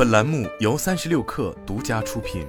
本栏目由36氪独家出品。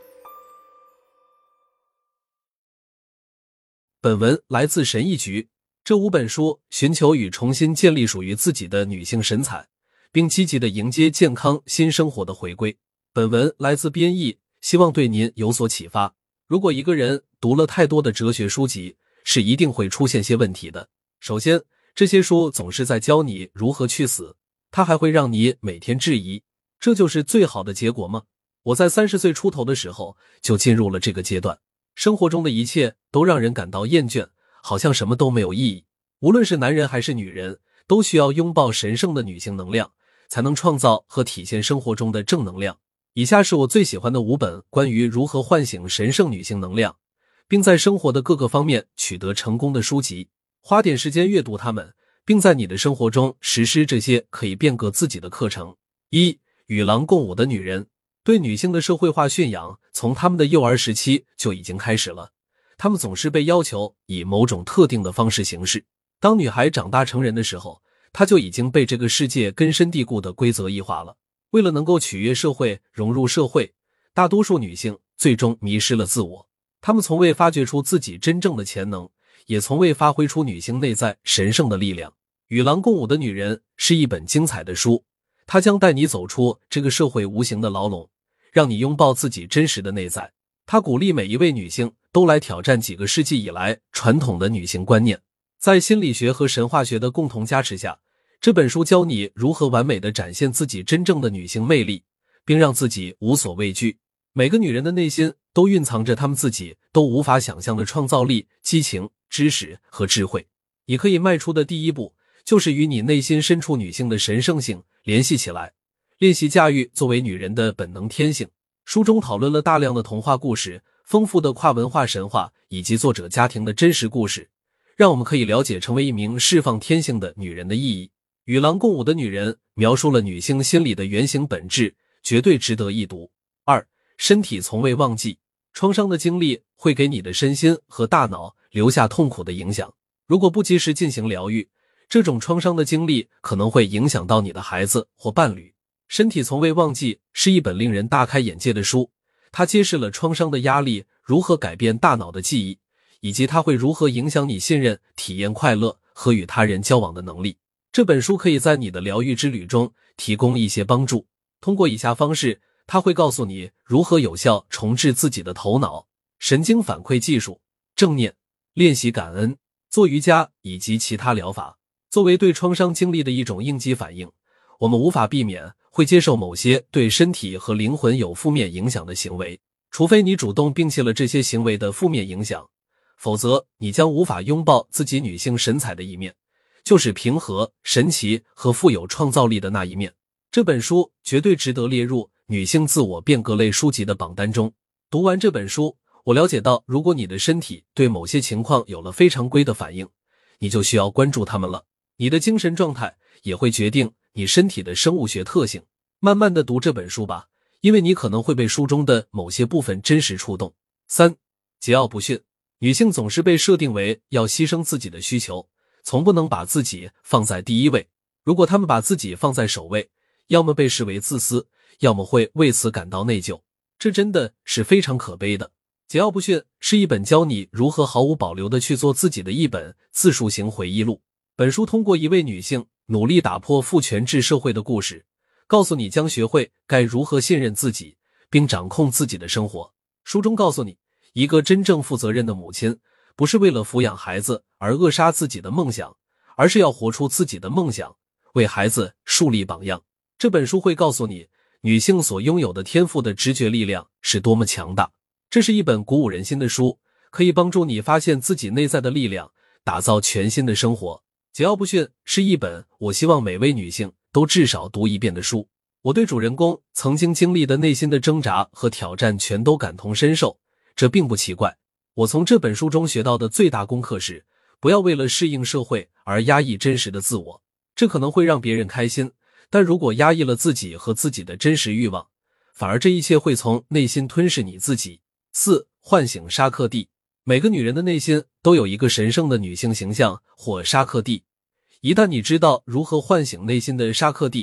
本文来自神医局。这5本书寻求与重新建立属于自己的女性神采，并积极地迎接健康新生活的回归。本文来自编译，希望对您有所启发。如果一个人读了太多的哲学书籍，是一定会出现些问题的。首先，这些书总是在教你如何去死，它还会让你每天质疑，这就是最好的结果吗？我在30岁出头的时候就进入了这个阶段，生活中的一切都让人感到厌倦，好像什么都没有意义。无论是男人还是女人，都需要拥抱神圣的女性能量，才能创造和体现生活中的正能量。以下是我最喜欢的5本关于如何唤醒神圣女性能量，并在生活的各个方面取得成功的书籍。花点时间阅读它们，并在你的生活中实施这些可以变革自己的课程。1. 与狼共舞的女人。对女性的社会化驯养从她们的幼儿时期就已经开始了，她们总是被要求以某种特定的方式行事。当女孩长大成人的时候，她就已经被这个世界根深蒂固的规则异化了。为了能够取悦社会，融入社会，大多数女性最终迷失了自我。她们从未发掘出自己真正的潜能，也从未发挥出女性内在神圣的力量。与狼共舞的女人是一本精彩的书，它将带你走出这个社会无形的牢笼，让你拥抱自己真实的内在。它鼓励每一位女性都来挑战几个世纪以来传统的女性观念。在心理学和神话学的共同加持下，这本书教你如何完美地展现自己真正的女性魅力，并让自己无所畏惧。每个女人的内心都蕴藏着她们自己都无法想象的创造力、激情、知识和智慧。你可以迈出的第一步，就是与你内心深处女性的神圣性联系起来，练习驾驭作为女人的本能天性。书中讨论了大量的童话故事、丰富的跨文化神话以及作者家庭的真实故事，让我们可以了解成为一名释放天性的女人的意义。与狼共舞的女人描述了女性心理的原型本质，绝对值得一读。2. 身体从未忘记。创伤的经历会给你的身心和大脑留下痛苦的影响，如果不及时进行疗愈，这种创伤的经历可能会影响到你的孩子或伴侣。身体从未忘记是一本令人大开眼界的书，它揭示了创伤的压力如何改变大脑的记忆，以及它会如何影响你信任、体验快乐和与他人交往的能力。这本书可以在你的疗愈之旅中提供一些帮助。通过以下方式，它会告诉你如何有效重置自己的头脑：神经反馈技术、正念、练习感恩、做瑜伽以及其他疗法。作为对创伤经历的一种应激反应，我们无法避免会接受某些对身体和灵魂有负面影响的行为，除非你主动摒弃了这些行为的负面影响，否则你将无法拥抱自己女性神采的一面，就是平和、神奇和富有创造力的那一面。这本书绝对值得列入女性自我变革类书籍的榜单中。读完这本书，我了解到，如果你的身体对某些情况有了非常规的反应，你就需要关注它们了。你的精神状态也会决定你身体的生物学特性。慢慢地读这本书吧，因为你可能会被书中的某些部分真实触动。3. 桀骜不驯。女性总是被设定为要牺牲自己的需求，从不能把自己放在第一位。如果她们把自己放在首位，要么被视为自私，要么会为此感到内疚。这真的是非常可悲的。桀骜不驯是一本教你如何毫无保留地去做自己的一本自述型回忆录。本书通过一位女性努力打破父权制社会的故事，告诉你将学会该如何信任自己，并掌控自己的生活。书中告诉你，一个真正负责任的母亲，不是为了抚养孩子而扼杀自己的梦想，而是要活出自己的梦想，为孩子树立榜样。这本书会告诉你，女性所拥有的天赋的直觉力量是多么强大。这是一本鼓舞人心的书，可以帮助你发现自己内在的力量，打造全新的生活。桀骜不驯是一本我希望每位女性都至少读一遍的书。我对主人公曾经经历的内心的挣扎和挑战全都感同身受，这并不奇怪。我从这本书中学到的最大功课是，不要为了适应社会而压抑真实的自我，这可能会让别人开心，但如果压抑了自己和自己的真实欲望，反而这一切会从内心吞噬你自己。4. 唤醒沙克蒂。每个女人的内心都有一个神圣的女性形象或沙克蒂，一旦你知道如何唤醒内心的沙克蒂，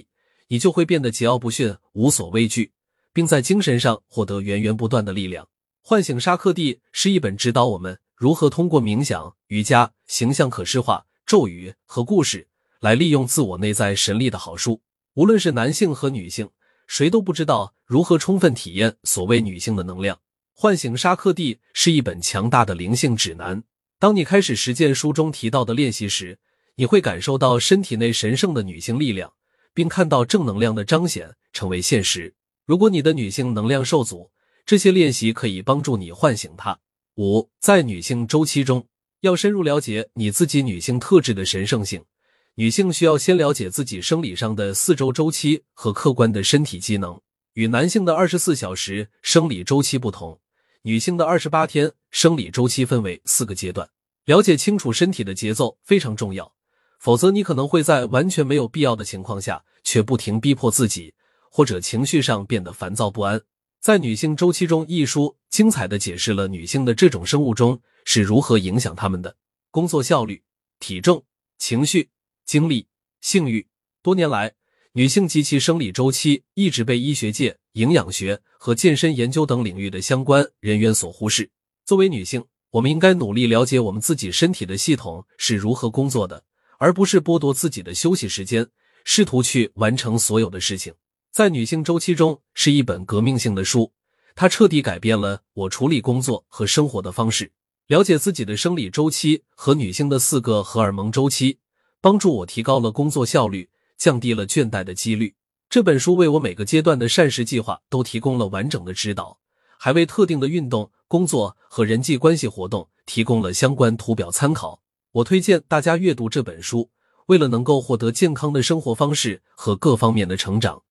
你就会变得桀骜不驯，无所畏惧，并在精神上获得源源不断的力量。唤醒沙克蒂是一本指导我们如何通过冥想、瑜伽、形象可视化、咒语和故事来利用自我内在神力的好书。无论是男性和女性，谁都不知道如何充分体验所谓女性的能量。唤醒沙克蒂是一本强大的灵性指南。当你开始实践书中提到的练习时，你会感受到身体内神圣的女性力量，并看到正能量的彰显成为现实。如果你的女性能量受阻，这些练习可以帮助你唤醒它。5. 在女性周期中，要深入了解你自己女性特质的神圣性。女性需要先了解自己生理上的4周周期和客观的身体机能。与男性的24小时生理周期不同，女性的28天生理周期分为4个阶段。了解清楚身体的节奏非常重要，否则你可能会在完全没有必要的情况下却不停逼迫自己，或者情绪上变得烦躁不安。在女性周期中一书精彩地解释了女性的这种生物钟是如何影响她们的工作效率、体重、情绪、精力、性欲。多年来，女性及其生理周期一直被医学界、营养学和健身研究等领域的相关人员所忽视。作为女性，我们应该努力了解我们自己身体的系统是如何工作的，而不是剥夺自己的休息时间，试图去完成所有的事情。在女性周期中是一本革命性的书，它彻底改变了我处理工作和生活的方式。了解自己的生理周期和女性的4个荷尔蒙周期，帮助我提高了工作效率，降低了倦怠的几率。这本书为我每个阶段的膳食计划都提供了完整的指导，还为特定的运动、工作和人际关系活动提供了相关图表参考。我推荐大家阅读这本书，为了能够获得健康的生活方式和各方面的成长。